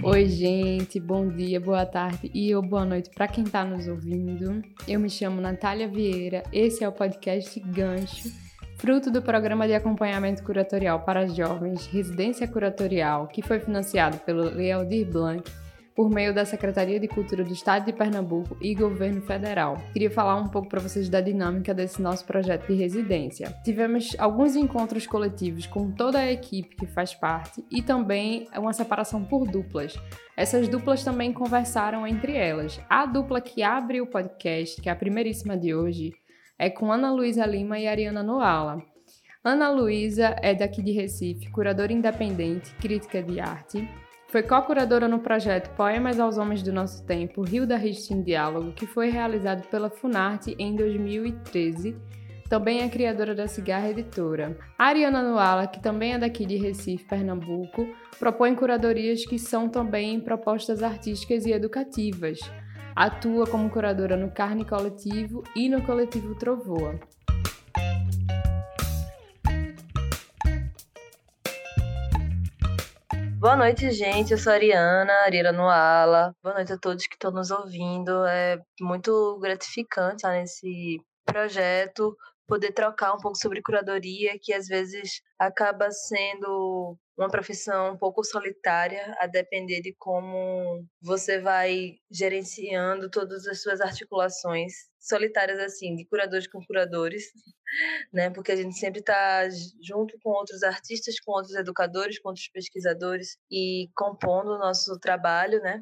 Oi, gente, bom dia, boa tarde ou boa noite para quem está nos ouvindo. Eu me chamo Natália Vieira, esse é o podcast Gancho, fruto do programa de acompanhamento curatorial para jovens Residência Curatorial, que foi financiado pelo Lei Aldir Blanc, por meio da Secretaria de Cultura do Estado de Pernambuco e Governo Federal. Queria falar um pouco para vocês da dinâmica desse nosso projeto de residência. Tivemos alguns encontros coletivos com toda a equipe que faz parte e também uma separação por duplas. Essas duplas também conversaram entre elas. A dupla que abre o podcast, que é a primeiríssima de hoje, é com Ana Luísa Lima e Ariana Noala. Ana Luísa é daqui de Recife, curadora independente, crítica de arte. Foi co-curadora no projeto Poemas aos Homens do Nosso Tempo, Rio da Riste em Diálogo, que foi realizado pela Funarte em 2013. Também é criadora da Cigarra Editora. A Ariana Noala, que também é daqui de Recife, Pernambuco, propõe curadorias que são também propostas artísticas e educativas. Atua como curadora no Carne Coletivo e no Coletivo Trovoa. Boa noite, gente. Eu sou a Ariana Noala. Boa noite a todos que estão nos ouvindo. É muito gratificante estar nesse projeto, poder trocar um pouco sobre curadoria, que às vezes acaba sendo uma profissão um pouco solitária, a depender de como você vai gerenciando todas as suas articulações solitárias, assim, de curadores com curadores, né? Porque a gente sempre está junto com outros artistas, com outros educadores, com outros pesquisadores e compondo o nosso trabalho, né?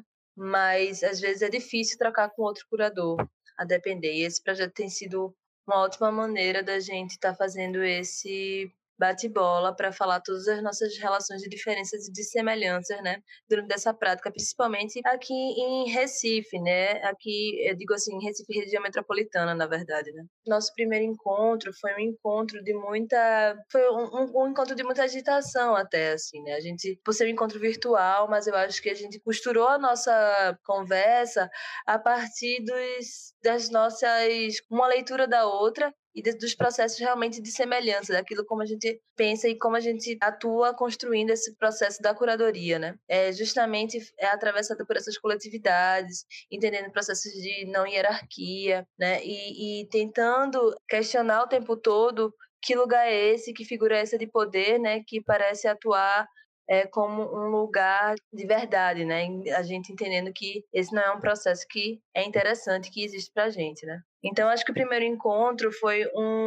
Mas às vezes é difícil trocar com outro curador, a depender. E esse projeto tem sido uma ótima maneira da gente estar fazendo esse bate-bola para falar todas as nossas relações de diferenças e de semelhanças, né, durante essa prática, principalmente aqui em Recife, né, aqui, eu digo assim, Recife, região metropolitana, na verdade, né. Nosso primeiro encontro foi um encontro de muita, foi um encontro de muita agitação até, assim, né, a gente, por ser um encontro virtual, mas eu acho que a gente costurou a nossa conversa a partir das nossas, uma leitura da outra, e dos processos realmente de semelhança, daquilo como a gente pensa e como a gente atua construindo esse processo da curadoria, né? Justamente é atravessado por essas coletividades, entendendo processos de não hierarquia, né? E tentando questionar o tempo todo que lugar é esse, que figura é essa de poder, né? Que parece atuar como um lugar de verdade, né? A gente entendendo que esse não é um processo que é interessante, que existe pra gente, né? Então, acho que o primeiro encontro foi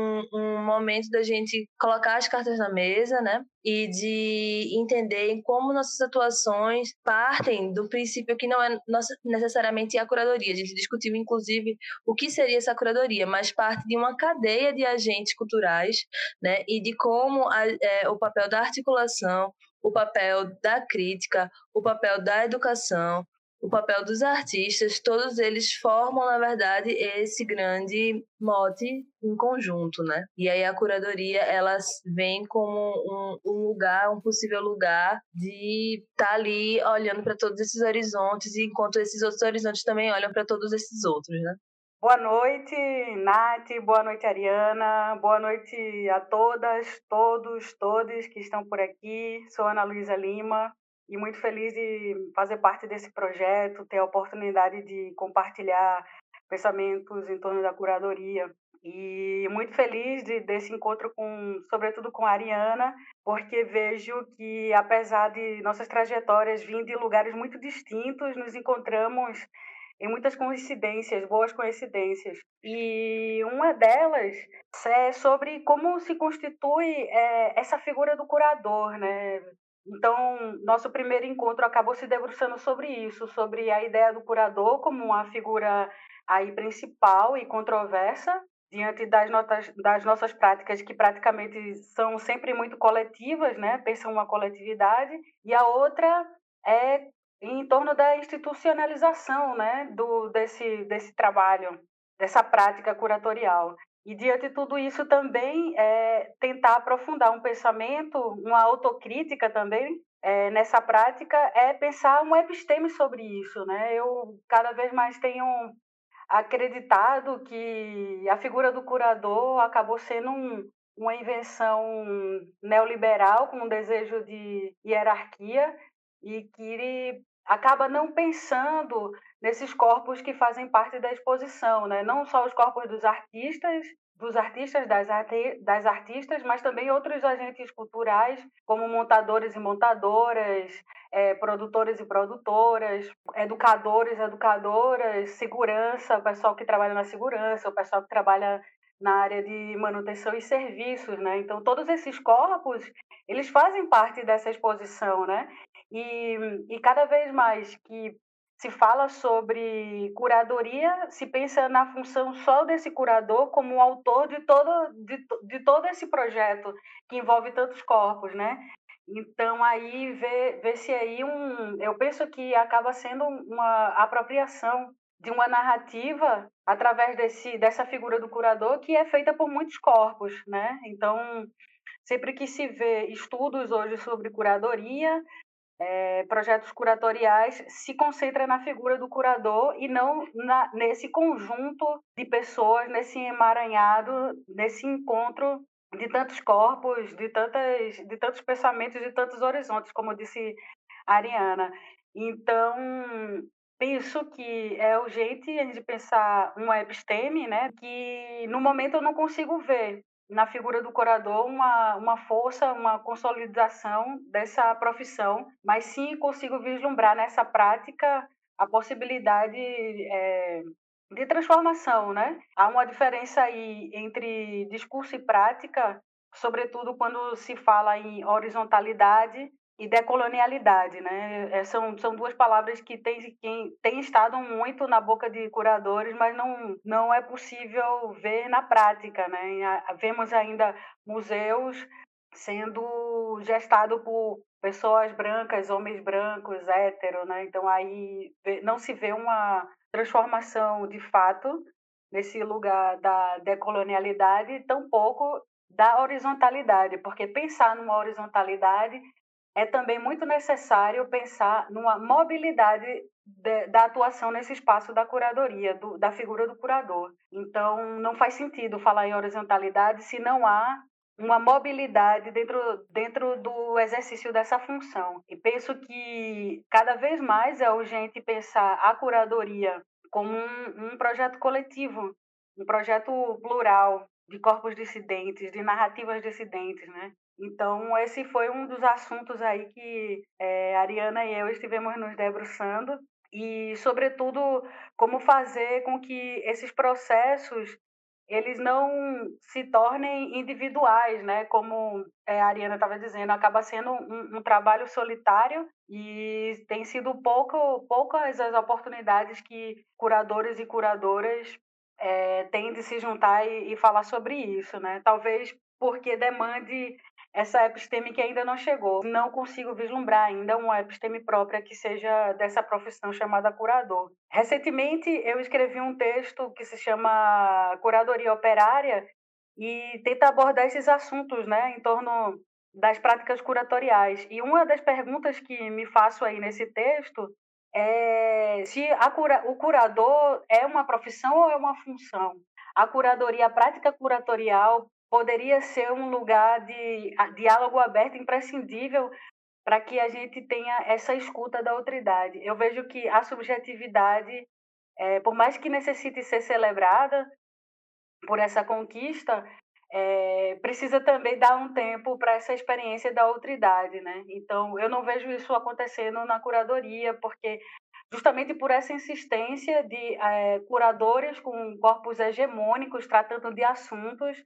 um momento da gente colocar as cartas na mesa, né? E de entender como nossas atuações partem do princípio que não é necessariamente a curadoria. A gente discutiu, inclusive, o que seria essa curadoria, mas parte de uma cadeia de agentes culturais, né? E de como o papel da articulação, o papel da crítica, o papel da educação, o papel dos artistas, todos eles formam, na verdade, esse grande mote em conjunto, né? E aí a curadoria, ela vem como um lugar, um possível lugar de estar ali olhando para todos esses horizontes, enquanto esses outros horizontes também olham para todos esses outros, né? Boa noite, Nath, boa noite, Ariana, boa noite a todas, todos, todes que estão por aqui. Sou Ana Luísa Lima e muito feliz de fazer parte desse projeto, ter a oportunidade de compartilhar pensamentos em torno da curadoria. E muito feliz desse encontro, sobretudo com a Ariana, porque vejo que, apesar de nossas trajetórias virem de lugares muito distintos, nos encontramos em muitas coincidências, boas coincidências. E uma delas é sobre como se constitui essa figura do curador, né? Então, nosso primeiro encontro acabou se debruçando sobre isso, sobre a ideia do curador como uma figura aí principal e controversa diante das nossas práticas, que praticamente são sempre muito coletivas, né? Pensam uma coletividade, e a outra é em torno da institucionalização, né, desse trabalho, dessa prática curatorial. E, diante de tudo isso, também tentar aprofundar um pensamento, uma autocrítica também, nessa prática, é pensar um episteme sobre isso, né? Eu cada vez mais tenho acreditado que a figura do curador acabou sendo uma invenção neoliberal com um desejo de hierarquia, e que acaba não pensando nesses corpos que fazem parte da exposição, né? Não só os corpos dos artistas, das artistas, mas também outros agentes culturais, como montadores e montadoras, produtores e produtoras, educadoras, segurança, o pessoal que trabalha na segurança, o pessoal que trabalha na área de manutenção e serviços, né? Então, todos esses corpos, eles fazem parte dessa exposição, né? E cada vez mais que se fala sobre curadoria, se pensa na função só desse curador como autor de todo esse projeto que envolve tantos corpos, né? Então, aí vê-se aí eu penso que acaba sendo uma apropriação de uma narrativa através dessa figura do curador que é feita por muitos corpos, né? Então, sempre que se vê estudos hoje sobre curadoria, projetos curatoriais, se concentra na figura do curador e não nesse conjunto de pessoas, nesse emaranhado, nesse encontro de tantos corpos, de tantos pensamentos, de tantos horizontes, como disse a Ariana. Então, penso que é urgente a gente pensar uma episteme, né, que no momento eu não consigo ver na figura do curador uma força, uma consolidação dessa profissão, mas sim consigo vislumbrar nessa prática a possibilidade de transformação, né? Há uma diferença aí entre discurso e prática, sobretudo quando se fala em horizontalidade e decolonialidade, né? São duas palavras que têm estado muito na boca de curadores, mas não é possível ver na prática, né? Vemos ainda museus sendo gestados por pessoas brancas, homens brancos, héteros, né? Então aí não se vê uma transformação de fato nesse lugar da decolonialidade, tampouco da horizontalidade, porque pensar numa horizontalidade é também muito necessário pensar numa mobilidade da atuação nesse espaço da curadoria, da figura do curador. Então, não faz sentido falar em horizontalidade se não há uma mobilidade dentro do exercício dessa função. E penso que cada vez mais é urgente pensar a curadoria como um projeto coletivo, um projeto plural de corpos dissidentes, de narrativas dissidentes, né? Então, esse foi um dos assuntos aí que a Ariana e eu estivemos nos debruçando e, sobretudo, como fazer com que esses processos eles não se tornem individuais, né? Como a Ariana estava dizendo, acaba sendo um trabalho solitário e tem sido poucas as oportunidades que curadores e curadoras têm de se juntar e falar sobre isso, né? Talvez porque demande essa episteme que ainda não chegou. Não consigo vislumbrar ainda uma episteme própria que seja dessa profissão chamada curador. Recentemente, eu escrevi um texto que se chama Curadoria Operária e tenta abordar esses assuntos, né, em torno das práticas curatoriais. E uma das perguntas que me faço aí nesse texto é se o curador é uma profissão ou é uma função. A curadoria, a prática curatorial poderia ser um lugar de diálogo aberto imprescindível para que a gente tenha essa escuta da outridade. Eu vejo que a subjetividade, por mais que necessite ser celebrada por essa conquista, precisa também dar um tempo para essa experiência da outridade, né? Então, eu não vejo isso acontecendo na curadoria, porque justamente por essa insistência de curadores com corpos hegemônicos tratando de assuntos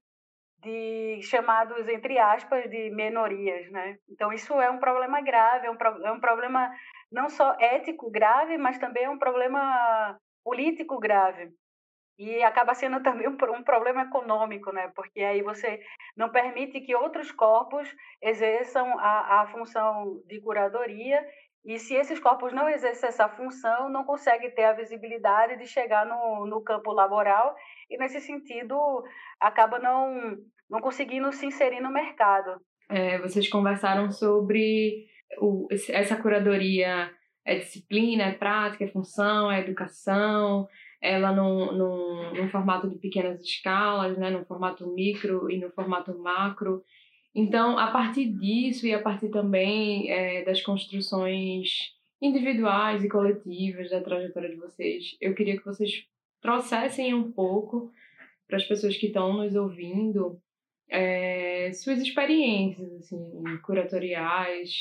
de chamados, entre aspas, de minorias, né? Então, isso é um problema grave, é um problema não só ético grave, mas também é um problema político grave. E acaba sendo também um problema econômico, né? Porque aí você não permite que outros corpos exerçam a função de curadoria e se esses corpos não exercem essa função, não consegue ter a visibilidade de chegar no campo laboral e, nesse sentido, acaba não conseguindo se inserir no mercado. Vocês conversaram sobre essa curadoria, disciplina, prática, função, educação, ela num formato de pequenas escalas, né, no formato micro e no formato macro. Então, a partir disso e a partir também das construções individuais e coletivas da trajetória de vocês. Eu queria que vocês trouxessem um pouco para as pessoas que estão nos ouvindo suas experiências assim, curatoriais.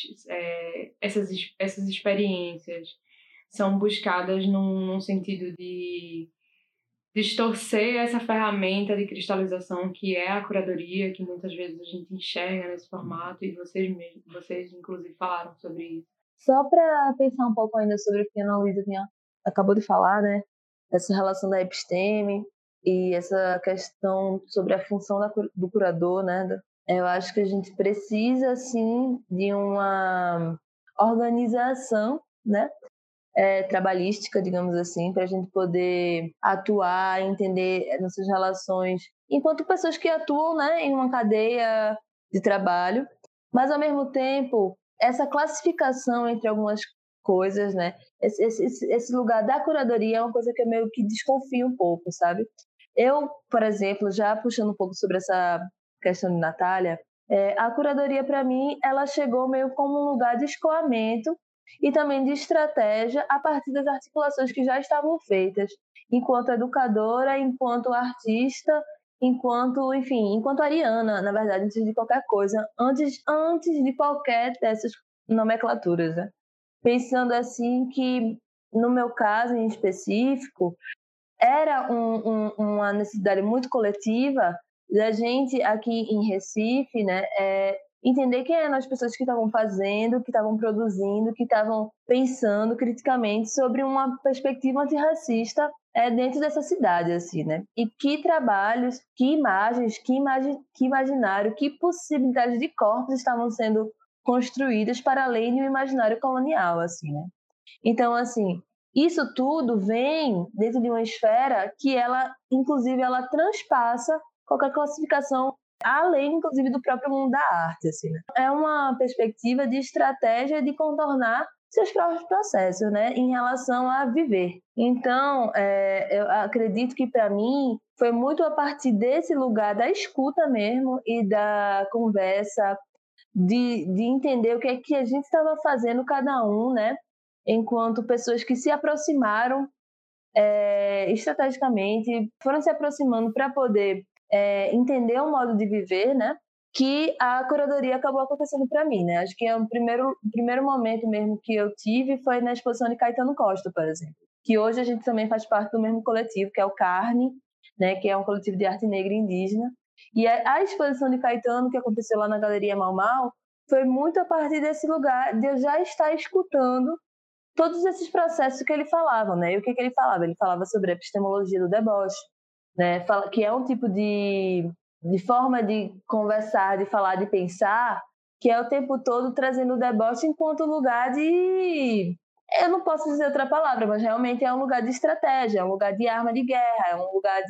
Essas experiências são buscadas num sentido de distorcer essa ferramenta de cristalização que é a curadoria, que muitas vezes a gente enxerga nesse formato, e vocês inclusive falaram sobre isso. Só para pensar um pouco ainda sobre o que a Ana Luísa acabou de falar, né? Essa relação da episteme e essa questão sobre a função do curador, né? Eu acho que a gente precisa, sim, de uma organização, né? Trabalhística, digamos assim, para a gente poder atuar, entender nossas relações enquanto pessoas que atuam, né, em uma cadeia de trabalho, mas ao mesmo tempo essa classificação entre algumas coisas, né, esse lugar da curadoria é uma coisa que eu meio que desconfio um pouco, sabe? Eu, por exemplo, já puxando um pouco sobre essa questão de Natália, a curadoria para mim ela chegou meio como um lugar de escoamento e também de estratégia a partir das articulações que já estavam feitas, enquanto educadora, enquanto artista, enquanto ariana, na verdade, antes de qualquer coisa, antes de qualquer dessas nomenclaturas, né? Pensando assim que, no meu caso em específico, era uma necessidade muito coletiva da gente aqui em Recife, né, entender quem eram as pessoas que estavam fazendo, que estavam produzindo, que estavam pensando criticamente sobre uma perspectiva antirracista dentro dessa cidade, assim, né? E que trabalhos, que imagens, que imaginário, que possibilidades de corpos estavam sendo construídas para além do imaginário colonial, assim, né? Então, assim, isso tudo vem dentro de uma esfera que ela, inclusive, ela transpassa qualquer classificação, além, inclusive, do próprio mundo da arte, assim, né? É uma perspectiva de estratégia de contornar seus próprios processos, né, em relação a viver. Então, eu acredito que, para mim, foi muito a partir desse lugar da escuta mesmo e da conversa, de entender o que é que a gente estava fazendo cada um, né, enquanto pessoas que se aproximaram estrategicamente, foram se aproximando para poder entender o modo de viver, né? Que a curadoria acabou acontecendo para mim, né? Acho que o primeiro momento mesmo que eu tive foi na exposição de Caetano Costa, por exemplo, que hoje a gente também faz parte do mesmo coletivo, que é o Carne, né? Que é um coletivo de arte negra e indígena. E a exposição de Caetano, que aconteceu lá na Galeria Mau Mau, foi muito a partir desse lugar de eu já estar escutando todos esses processos que ele falava, né? E o que ele falava? Ele falava sobre a epistemologia do deboche, né? Que é um tipo de forma de conversar, de falar, de pensar, que é o tempo todo trazendo o deboche enquanto lugar de... Eu não posso dizer outra palavra, mas realmente é um lugar de estratégia, é um lugar de arma de guerra, é um lugar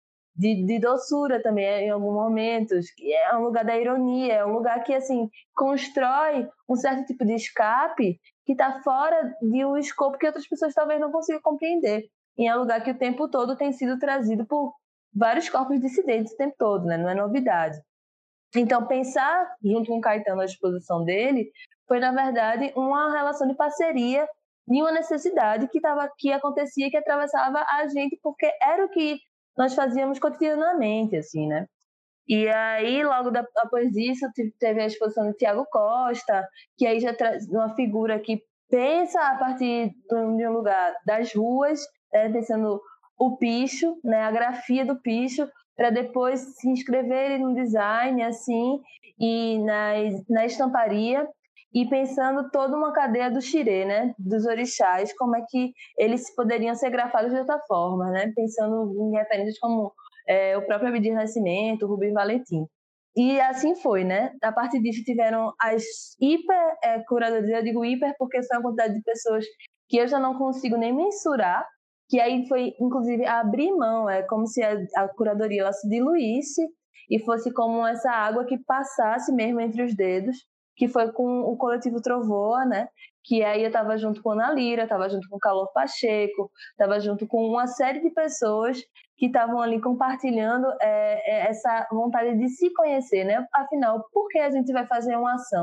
de doçura também, em alguns momentos, é um lugar da ironia, é um lugar que, assim, constrói um certo tipo de escape que está fora de um escopo que outras pessoas talvez não consigam compreender. E é um lugar que o tempo todo tem sido trazido por vários corpos dissidentes o tempo todo, né? Não é novidade. Então, pensar junto com o Caetano a exposição dele foi, na verdade, uma relação de parceria de uma necessidade que acontecia e que atravessava a gente, porque era o que nós fazíamos cotidianamente, assim, né? E aí, logo depois disso, teve a exposição do Tiago Costa, que aí já traz uma figura que pensa a partir de um lugar das ruas, pensando o picho, né, a grafia do picho, para depois se inscrever no design, assim, e na estamparia, e pensando toda uma cadeia do xirê, né, dos orixás, como é que eles poderiam ser grafados de outra forma, né, pensando em referências como o próprio Abdias Nascimento, o Rubem Valentim. E assim foi, né? A partir disso tiveram as curadorias, eu digo hiper porque são a quantidade de pessoas que eu já não consigo nem mensurar, que aí foi, inclusive, abrir mão, é como se a curadoria ela se diluísse e fosse como essa água que passasse mesmo entre os dedos, que foi com o coletivo Trovoa, né? Que aí eu estava junto com a Ana Lira, estava junto com o Calor Pacheco, estava junto com uma série de pessoas que estavam ali compartilhando essa vontade de se conhecer, né? Afinal, por que a gente vai fazer uma ação?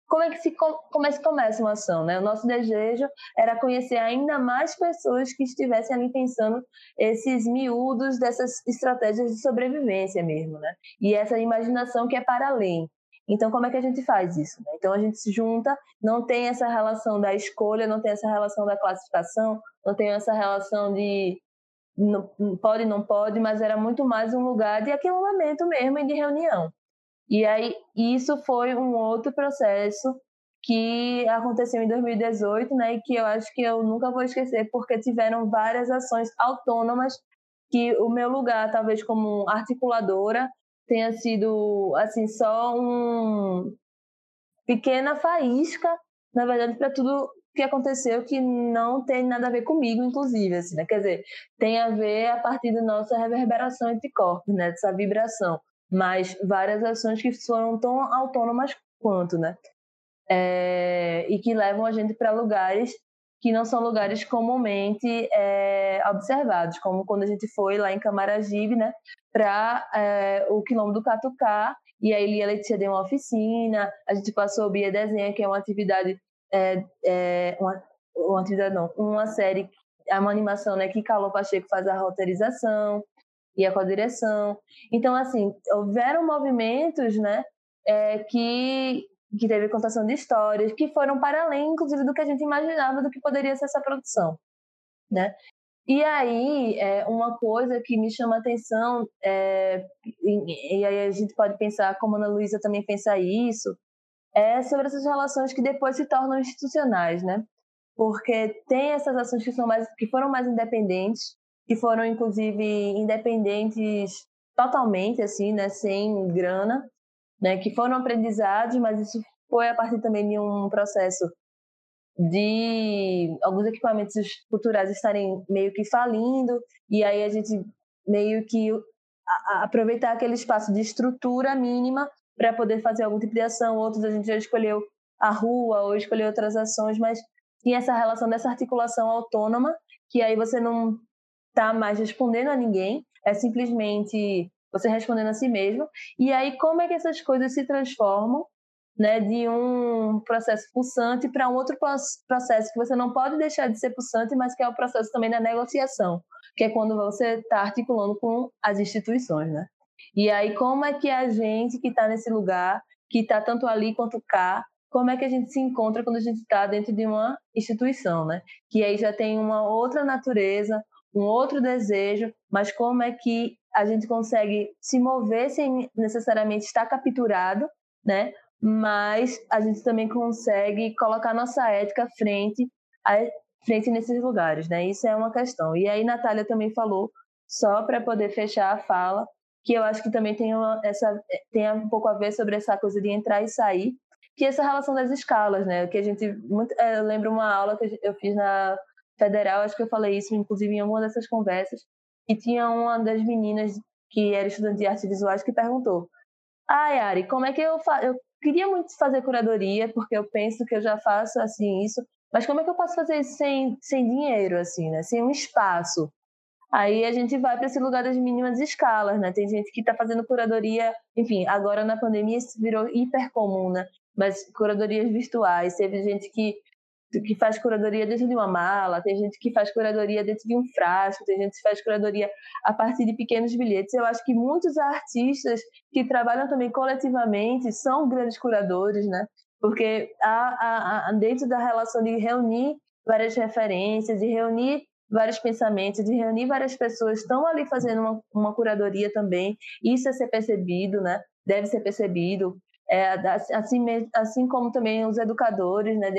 como é que se começa uma ação, né? O nosso desejo era conhecer ainda mais pessoas que estivessem ali pensando esses miúdos dessas estratégias de sobrevivência mesmo, né? E essa imaginação que é para além. Então, como é que a gente faz isso, né? Então, a gente se junta, não tem essa relação da escolha, não tem essa relação da classificação, não tem essa relação de pode, não pode, mas era muito mais um lugar de aquilombamento mesmo e de reunião. E aí, isso foi um outro processo que aconteceu em 2018, né, e que eu acho que eu nunca vou esquecer, porque tiveram várias ações autônomas que o meu lugar, talvez como articuladora, tenha sido, assim, só uma pequena faísca, na verdade, para tudo que aconteceu que não tem nada a ver comigo, inclusive, assim, né? Quer dizer, tem a ver a partir da nossa reverberação entre corpos, né? Dessa vibração, mas várias ações que foram tão autônomas quanto, né? E que levam a gente para lugares que não são lugares comumente observados, como quando a gente foi lá em Camaragibe, né, para o Quilombo do Catucá, e aí a Letícia deu uma oficina, a gente passou o Bia Desenha, que é uma atividade, uma atividade não, uma série, uma animação, né, que Carlos Pacheco faz a roteirização e a co-direção. Então, assim, houveram movimentos, né, que teve contação de histórias, que foram para além, inclusive, do que a gente imaginava do que poderia ser essa produção, né? E aí, uma coisa que me chama a atenção, e aí a gente pode pensar, como a Ana Luísa também pensa isso, é sobre essas relações que depois se tornam institucionais, né? Porque tem essas ações que foram mais independentes, que foram, inclusive, independentes totalmente, assim, né? Sem grana, né, que foram aprendizados, mas isso foi a partir também de um processo de alguns equipamentos culturais estarem meio que falindo, e aí a gente meio que aproveitar aquele espaço de estrutura mínima para poder fazer algum tipo de ação. Outros a gente já escolheu a rua ou escolheu outras ações, mas tinha essa relação dessa articulação autônoma, que aí você não está mais respondendo a ninguém, é simplesmente você respondendo a si mesmo. E aí, como é que essas coisas se transformam, né, de um processo pulsante para um outro processo que você não pode deixar de ser pulsante, mas que é o processo também da negociação, que é quando você está articulando com as instituições, né? E aí, como é que a gente que está nesse lugar, que está tanto ali quanto cá, como é que a gente se encontra quando a gente está dentro de uma instituição, né? Que aí já tem uma outra natureza, um outro desejo, mas como é que a gente consegue se mover sem necessariamente estar capturado, né? Mas a gente também consegue colocar nossa ética frente nesses lugares, né? Isso é uma questão. E aí Natália também falou, só para poder fechar a fala, que eu acho que também tem um pouco a ver sobre essa coisa de entrar e sair, que é essa relação das escalas, né? Que a gente eu lembro uma aula que eu fiz na Federal, acho que eu falei isso, inclusive, em alguma dessas conversas, e tinha uma das meninas que era estudante de artes visuais que perguntou: Yari, como é que eu faço? Eu queria muito fazer curadoria, porque eu penso que eu já faço assim isso, mas como é que eu posso fazer isso sem dinheiro, assim, né? Sem um espaço? Aí a gente vai para esse lugar das mínimas escalas, né? Tem gente que está fazendo curadoria, enfim, agora na pandemia isso virou hiper comum, né? Mas curadorias virtuais, teve gente que faz curadoria dentro de uma mala, tem gente que faz curadoria dentro de um frasco, tem gente que faz curadoria a partir de pequenos bilhetes. Eu acho que muitos artistas que trabalham também coletivamente são grandes curadores, né? Porque dentro da relação de reunir várias referências, de reunir vários pensamentos, de reunir várias pessoas, estão ali fazendo uma curadoria também. Isso é ser percebido, né? Deve ser percebido. Assim como também os educadores, né?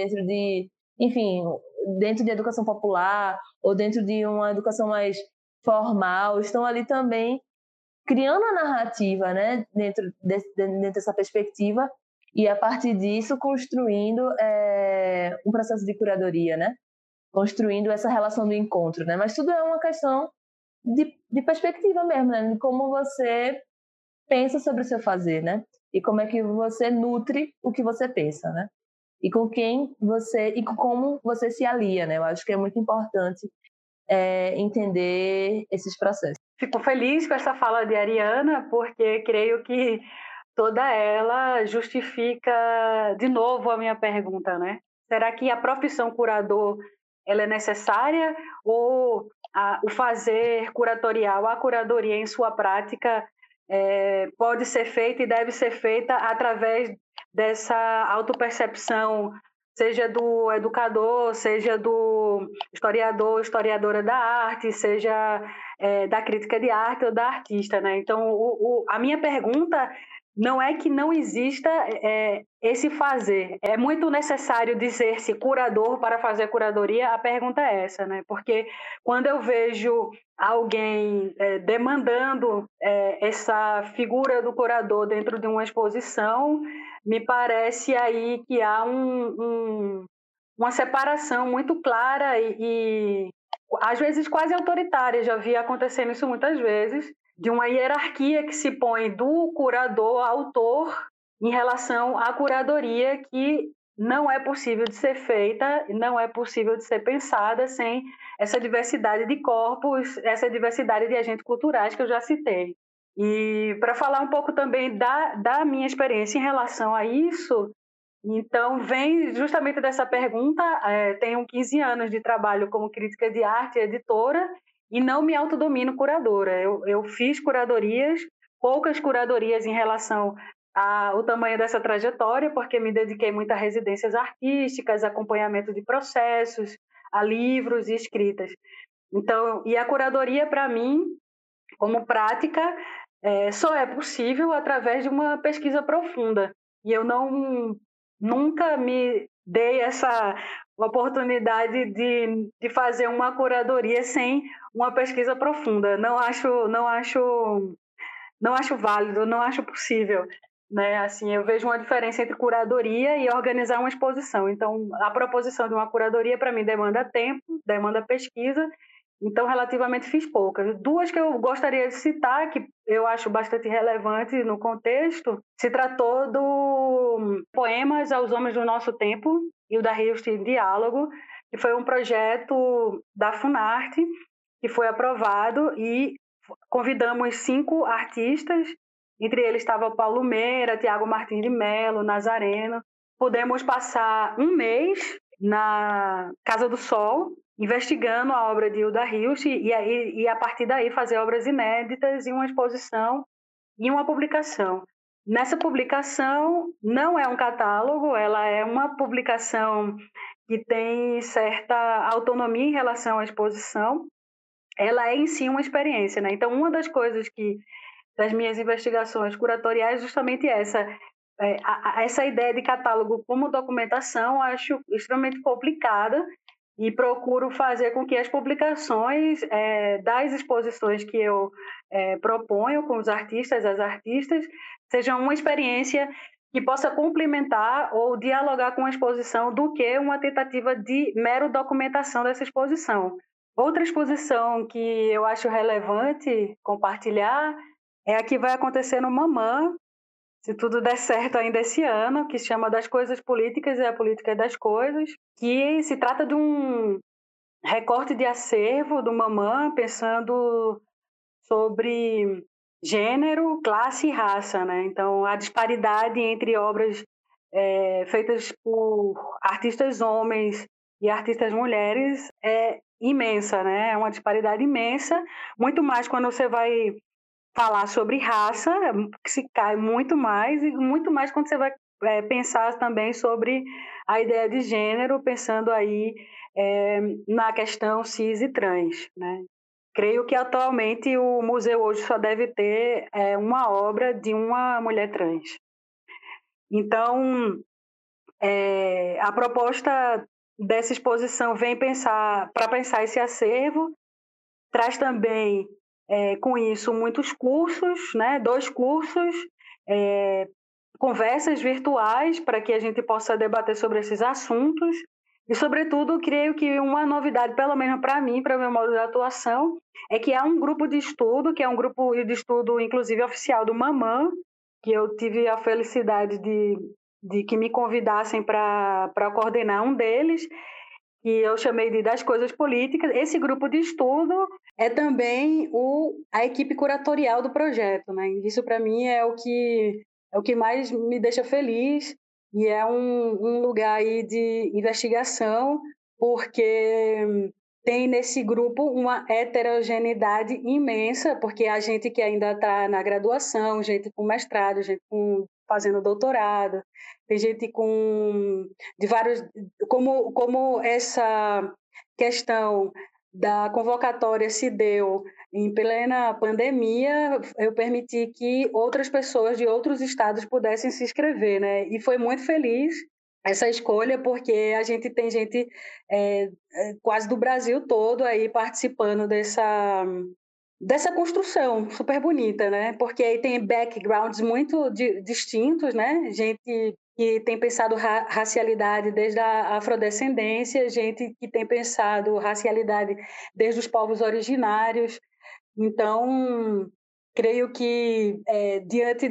Dentro de educação popular ou dentro de uma educação mais formal, estão ali também criando a narrativa, né, dentro dessa perspectiva, e a partir disso construindo um processo de curadoria, né, construindo essa relação do encontro, né, mas tudo é uma questão de perspectiva mesmo, né, de como você pensa sobre o seu fazer, né, e como é que você nutre o que você pensa, né, e com quem você e como você se alia, né? Eu acho que é muito importante entender esses processos. Fico feliz com essa fala de Ariana, porque creio que toda ela justifica, de novo, a minha pergunta, né? Será que a profissão curador ela é necessária ou o fazer curatorial, a curadoria em sua prática pode ser feita e deve ser feita através dessa autopercepção, seja do educador, seja do historiador, historiadora da arte, seja da crítica de arte ou da artista, né? Então, a minha pergunta não é que não exista esse fazer. É muito necessário dizer-se curador para fazer curadoria? A pergunta é essa, né? Porque quando eu vejo alguém demandando essa figura do curador dentro de uma exposição, me parece aí que há uma separação muito clara e às vezes quase autoritária. Já vi acontecendo isso muitas vezes, de uma hierarquia que se põe do curador, autor, em relação à curadoria, que não é possível de ser feita, não é possível de ser pensada sem essa diversidade de corpos, essa diversidade de agentes culturais que eu já citei. E para falar um pouco também da minha experiência em relação a isso, então vem justamente dessa pergunta. Tenho 15 anos de trabalho como crítica de arte e editora, e não me autodomino curadora. Eu fiz curadorias, poucas curadorias em relação ao tamanho dessa trajetória, porque me dediquei muito a residências artísticas, acompanhamento de processos, a livros e escritas. Então, e a curadoria, para mim, como prática, só é possível através de uma pesquisa profunda. E eu nunca me dei essa oportunidade de fazer uma curadoria sem uma pesquisa profunda. Não acho válido, não acho possível, né? Assim, eu vejo uma diferença entre curadoria e organizar uma exposição. Então, a proposição de uma curadoria para mim demanda tempo, demanda pesquisa. Então, relativamente fiz poucas. Duas que eu gostaria de citar, que eu acho bastante relevante no contexto, se tratou do Poemas aos Homens do Nosso Tempo e o da Hilst Diálogo, que foi um projeto da Funarte, que foi aprovado, e convidamos 5 artistas, entre eles estava o Paulo Meira, Tiago Martins de Mello, Nazareno. Pudemos passar um mês na Casa do Sol, investigando a obra de Hilda Hilst e a partir daí fazer obras inéditas e uma exposição e uma publicação. Nessa publicação não é um catálogo, ela é uma publicação que tem certa autonomia em relação à exposição. Ela é em si uma experiência, né? Então, uma das coisas das minhas investigações curatoriais é justamente essa. Essa ideia de catálogo como documentação acho extremamente complicada e procuro fazer com que as publicações das exposições que eu proponho com os artistas, as artistas, sejam uma experiência que possa complementar ou dialogar com a exposição do que uma tentativa de mero documentação dessa exposição. Outra exposição que eu acho relevante compartilhar é a que vai acontecer no Mamã, se tudo der certo ainda esse ano, que se chama Das Coisas Políticas e a Política das Coisas, que se trata de um recorte de acervo do Mamã, pensando sobre gênero, classe e raça, né? Então, a disparidade entre obras feitas por artistas homens e artistas mulheres é imensa, né? É uma disparidade imensa, muito mais quando você vai falar sobre raça, que se cai muito mais, e muito mais quando você vai pensar também sobre a ideia de gênero, pensando aí na questão cis e trans, né? Creio que atualmente o museu hoje só deve ter uma obra de uma mulher trans. Então, a proposta dessa exposição vem para pensar esse acervo, traz também com isso muitos cursos, né? 2 cursos, conversas virtuais para que a gente possa debater sobre esses assuntos e, sobretudo, creio que uma novidade, pelo menos para mim, para o meu modo de atuação, é que há um grupo de estudo, que é um grupo de estudo, inclusive, oficial do Mamã, que eu tive a felicidade de que me convidassem para coordenar um deles, que eu chamei de Das Coisas Políticas. Esse grupo de estudo é também a equipe curatorial do projeto, né? Isso, para mim, é o que é o que mais me deixa feliz, e é um lugar aí de investigação, porque tem nesse grupo uma heterogeneidade imensa, porque a gente que ainda está na graduação, gente com mestrado, gente fazendo doutorado, tem gente de vários, como essa questão da convocatória se deu em plena pandemia, eu permiti que outras pessoas de outros estados pudessem se inscrever, né? E foi muito feliz essa escolha, porque a gente tem gente quase do Brasil todo aí participando dessa construção super bonita, né? Porque aí tem backgrounds muito distintos, né? Gente que tem pensado racialidade desde a afrodescendência, gente que tem pensado racialidade desde os povos originários. Então, creio que diante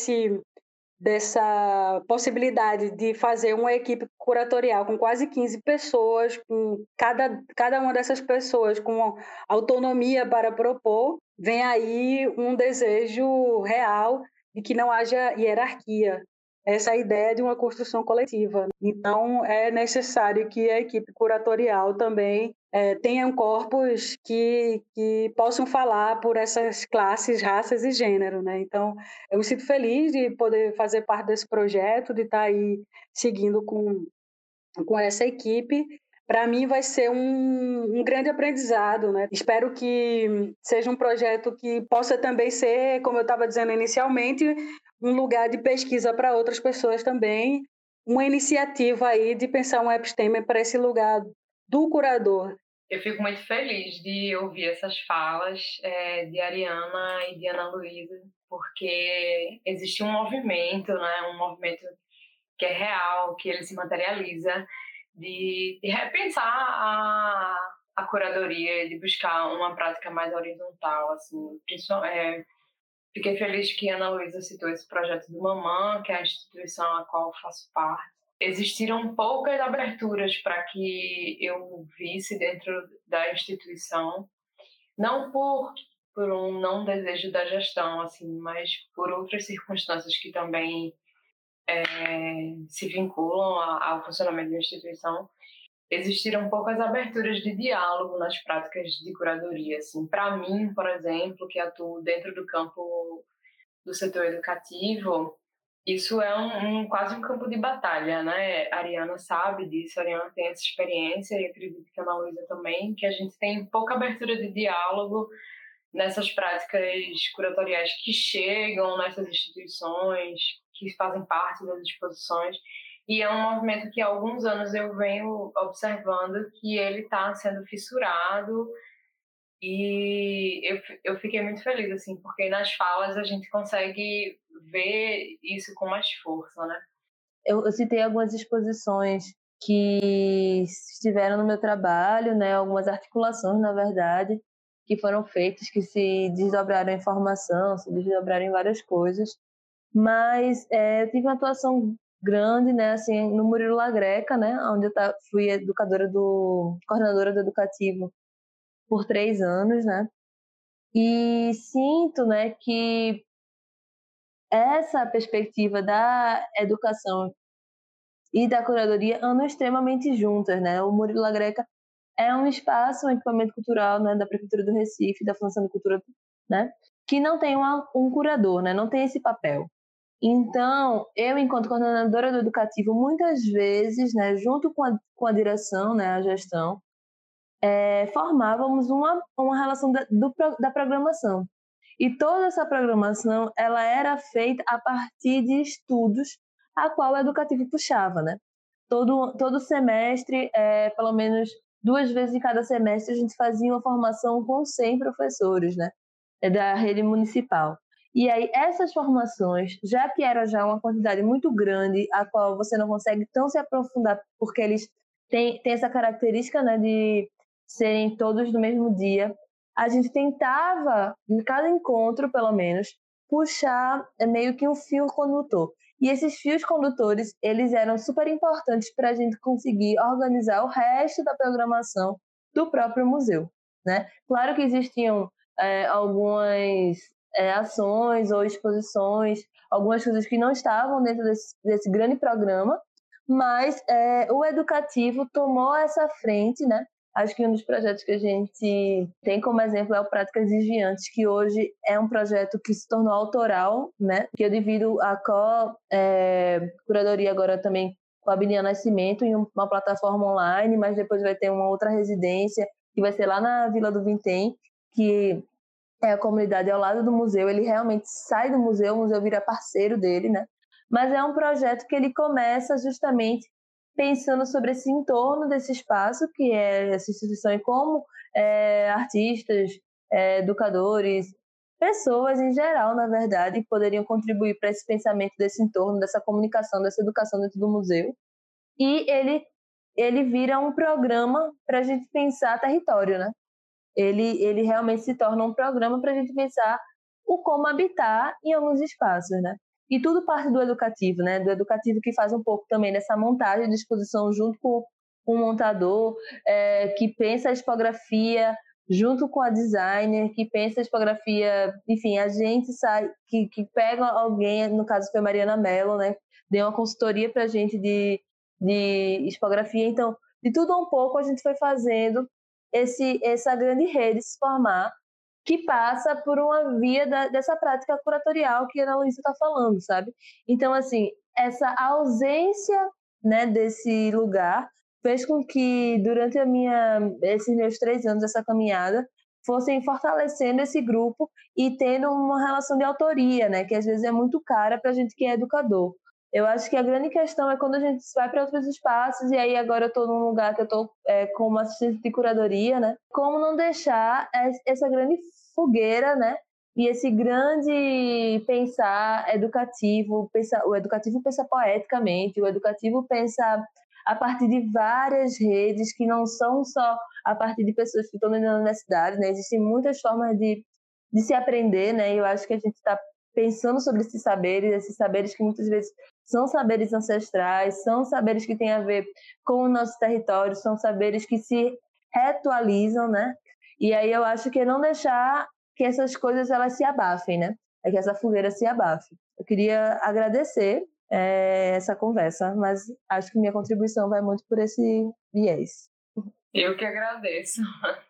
dessa possibilidade de fazer uma equipe curatorial com quase 15 pessoas, com cada uma dessas pessoas com autonomia para propor, vem aí um desejo real de que não haja hierarquia. Essa é a ideia de uma construção coletiva. Então, é necessário que a equipe curatorial também tenham corpos que possam falar por essas classes, raças e gênero, né? Então, eu me sinto feliz de poder fazer parte desse projeto, de estar aí seguindo com essa equipe. Para mim vai ser um grande aprendizado, né? Espero que seja um projeto que possa também ser, como eu estava dizendo inicialmente, um lugar de pesquisa para outras pessoas também, uma iniciativa aí de pensar um episteme para esse lugar do curador. Eu fico muito feliz de ouvir essas falas de Ariana e de Ana Luísa, porque existe um movimento, né? Um movimento que é real, que ele se materializa, de repensar a curadoria, de buscar uma prática mais horizontal, assim. Fiquei feliz que Ana Luísa citou esse projeto do Mamã, que é a instituição a qual eu faço parte. Existiram poucas aberturas para que eu visse dentro da instituição, não por um não desejo da gestão, assim, mas por outras circunstâncias que também se vinculam ao funcionamento da instituição. Existiram poucas aberturas de diálogo nas práticas de curadoria. Assim. Para mim, por exemplo, que atuo dentro do campo do setor educativo, isso é quase um campo de batalha, né? A Ariana sabe disso, a Ariana tem essa experiência e acredito que a Ana Luísa também, que a gente tem pouca abertura de diálogo nessas práticas curatoriais que chegam nessas instituições, que fazem parte das exposições. E é um movimento que há alguns anos eu venho observando que ele está sendo fissurado, e eu fiquei muito feliz, assim, porque nas falas a gente consegue ver isso com mais força, né? Eu citei algumas exposições que estiveram no meu trabalho, né, algumas articulações, na verdade, que foram feitas, que se desdobraram em formação, se desdobraram em várias coisas. Mas eu tive uma atuação grande, né, assim, no Murilo La Greca, né, onde eu fui coordenadora do educativo por 3 anos, né, e sinto, né, que essa perspectiva da educação e da curadoria andam extremamente juntas, né, o Murilo La Greca é um espaço, um equipamento cultural, né, da Prefeitura do Recife, da Fundação de Cultura, né, que não tem um curador, né, não tem esse papel. Então, eu, enquanto coordenadora do educativo, muitas vezes, né, junto com a direção, né, a gestão, formávamos uma relação da programação. E toda essa programação ela era feita a partir de estudos a qual o educativo puxava, né? Todo semestre, pelo menos 2 vezes em cada semestre, a gente fazia uma formação com 100 professores, né, da rede municipal. E aí, essas formações, já que era já uma quantidade muito grande, a qual você não consegue tão se aprofundar, porque eles têm essa característica, né, de serem todos no mesmo dia, a gente tentava, em cada encontro, pelo menos, puxar meio que um fio condutor. E esses fios condutores, eles eram super importantes para a gente conseguir organizar o resto da programação do próprio museu, né? Claro que existiam algumas ações ou exposições, algumas coisas que não estavam dentro desse grande programa, mas o educativo tomou essa frente, né? Acho que um dos projetos que a gente tem como exemplo é o Práticas Desviantes, que hoje é um projeto que se tornou autoral, né? Que eu divido a curadoria agora também com a Binia Nascimento em uma plataforma online, mas depois vai ter uma outra residência que vai ser lá na Vila do Vintém, que é a comunidade ao lado do museu. Ele realmente sai do museu, o museu vira parceiro dele, né? Mas é um projeto que ele começa justamente pensando sobre esse entorno desse espaço, que é essa instituição, e como artistas, educadores, pessoas em geral, na verdade, poderiam contribuir para esse pensamento desse entorno, dessa comunicação, dessa educação dentro do museu. E ele vira um programa para a gente pensar território, né? Ele realmente se torna um programa para a gente pensar o como habitar em alguns espaços, né? E tudo parte do educativo, né? Do educativo que faz um pouco também dessa montagem de exposição junto com um montador, que pensa a tipografia junto com a designer, que pensa a tipografia, enfim, a gente sai, que pega alguém, no caso foi Mariana Mello, né? Deu uma consultoria para a gente de tipografia. Então, de tudo um pouco a gente foi fazendo essa grande rede se formar, que passa por uma via dessa prática curatorial que a Ana Luísa está falando, sabe? Então, assim, essa ausência, né, desse lugar fez com que, durante esses meus 3 anos, essa caminhada, fossem fortalecendo esse grupo e tendo uma relação de autoria, né, que às vezes é muito cara para a gente que é educador. Eu acho que a grande questão é quando a gente vai para outros espaços, e aí agora eu estou num lugar que eu estou como assistente de curadoria, né? Como não deixar essa grande fogueira, né? E esse grande pensar educativo, o educativo pensa poeticamente, o educativo pensa a partir de várias redes que não são só a partir de pessoas que estão na universidade, né? Existem muitas formas de se aprender, né? E eu acho que a gente está pensando sobre esses saberes que muitas vezes são saberes ancestrais, são saberes que têm a ver com o nosso território, são saberes que se reatualizam, né? E aí eu acho que é não deixar que essas coisas elas se abafem, né? É que essa fogueira se abafe. Eu queria agradecer essa conversa, mas acho que minha contribuição vai muito por esse viés. Eu que agradeço.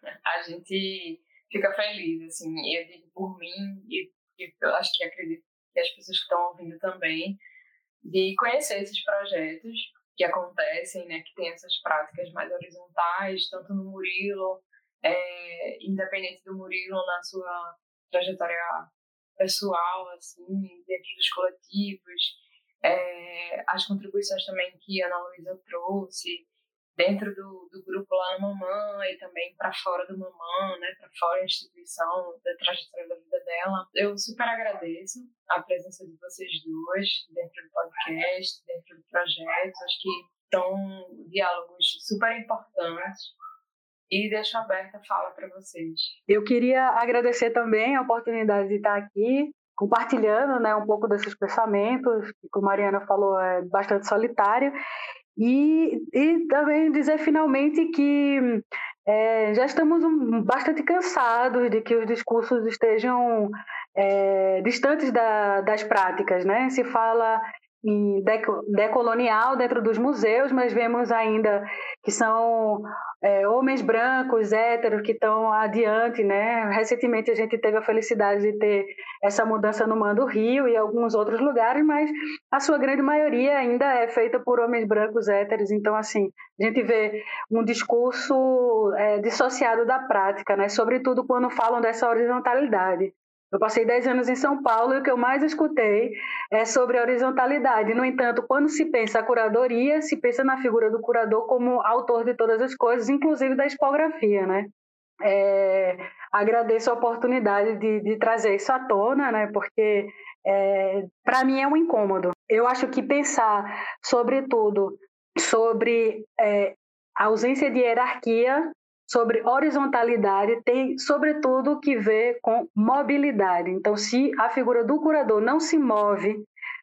A gente fica feliz, assim, eu digo por mim e eu acho que acredito que as pessoas que estão ouvindo também, de conhecer esses projetos que acontecem, né, que tem essas práticas mais horizontais, tanto no Murilo, independente do Murilo na sua trajetória pessoal, assim, dentro dos coletivos, as contribuições também que a Ana Luísa trouxe, dentro do grupo lá no Mamã e também para fora do Mamã, né, para fora da instituição, da trajetória da vida dela. Eu super agradeço a presença de vocês duas dentro do podcast, dentro do projeto. Acho que são diálogos super importantes e deixo aberta a fala para vocês. Eu queria agradecer também a oportunidade de estar aqui compartilhando, né, um pouco desses pensamentos, que como a Mariana falou, é bastante solitário. E também dizer finalmente que já estamos bastante cansados de que os discursos estejam distantes das práticas, né? Se fala em decolonial dentro dos museus, mas vemos ainda que são homens brancos, héteros, que estão adiante, né? Recentemente a gente teve a felicidade de ter essa mudança no Mando Rio e alguns outros lugares, mas a sua grande maioria ainda é feita por homens brancos, héteros. Então, assim, a gente vê um discurso dissociado da prática, né? Sobretudo quando falam dessa horizontalidade. Eu passei 10 anos em São Paulo e o que eu mais escutei é sobre a horizontalidade. No entanto, quando se pensa a curadoria, se pensa na figura do curador como autor de todas as coisas, inclusive da tipografia, né? Agradeço a oportunidade de trazer isso à tona, né? Porque para mim é um incômodo. Eu acho que pensar, sobretudo, sobre a ausência de hierarquia, sobre horizontalidade, tem, sobretudo, que ver com mobilidade. Então, se a figura do curador não se move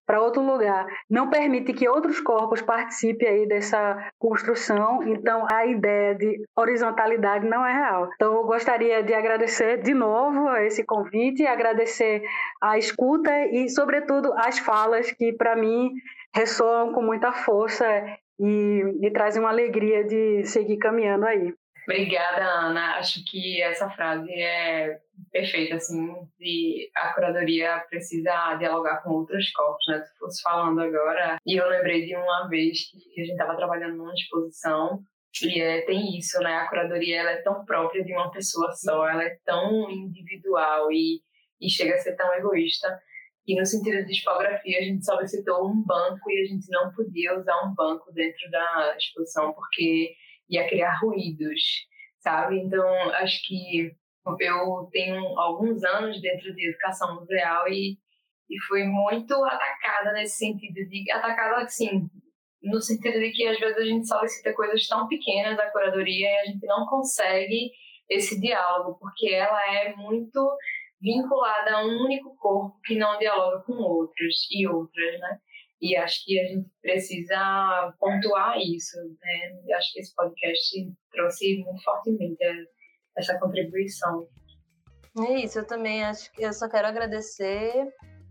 para outro lugar, não permite que outros corpos participem aí dessa construção, então a ideia de horizontalidade não é real. Então eu gostaria de agradecer de novo a esse convite, agradecer a escuta e, sobretudo, as falas que, para mim, ressoam com muita força e trazem uma alegria de seguir caminhando aí. Obrigada, Ana. Acho que essa frase é perfeita, assim, de a curadoria precisa dialogar com outros corpos, né? Tu fosse falando agora, e eu lembrei de uma vez que a gente estava trabalhando numa exposição, e tem isso, né? A curadoria, ela é tão própria de uma pessoa só, ela é tão individual e chega a ser tão egoísta. E no sentido de tipografia, a gente só visitou um banco e a gente não podia usar um banco dentro da exposição porque ia criar ruídos, sabe? Então, acho que eu tenho alguns anos dentro de educação museal e fui muito atacada nesse sentido, atacada assim, no sentido de que às vezes a gente solicita coisas tão pequenas da curadoria e a gente não consegue esse diálogo, porque ela é muito vinculada a um único corpo que não dialoga com outros e outras, né? E acho que a gente precisa pontuar isso, né? Acho que esse podcast trouxe muito fortemente essa contribuição. É isso, eu também acho que eu só quero agradecer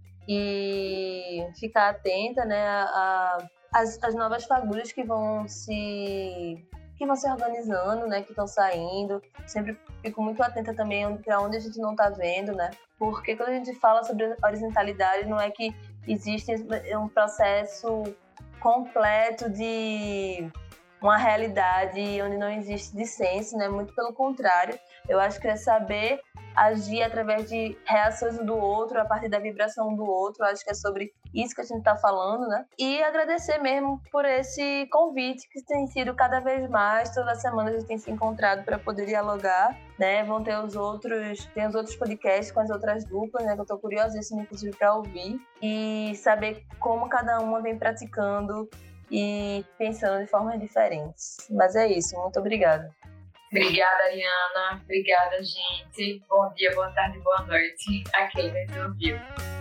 e ficar atenta, né, às novas fagulhas que vão se organizando, né, que estão saindo. Sempre fico muito atenta também para onde a gente não está vendo, né? Porque quando a gente fala sobre horizontalidade, não é que existe um processo completo de uma realidade onde não existe dissenso, né? Muito pelo contrário. Eu acho que é saber agir através de reações do outro, a partir da vibração do outro. Eu acho que é sobre isso que a gente está falando, né? E agradecer mesmo por esse convite que tem sido cada vez mais. Toda semana a gente tem se encontrado para poder dialogar, né? Vão ter os outros podcasts com as outras duplas, né? Que eu estou curiosíssima, inclusive, para ouvir e saber como cada uma vem praticando e pensando de formas diferentes. Mas é isso, muito obrigada. Obrigada, Ariana. Obrigada, gente. Bom dia, boa tarde, boa noite a quem nos ouviu.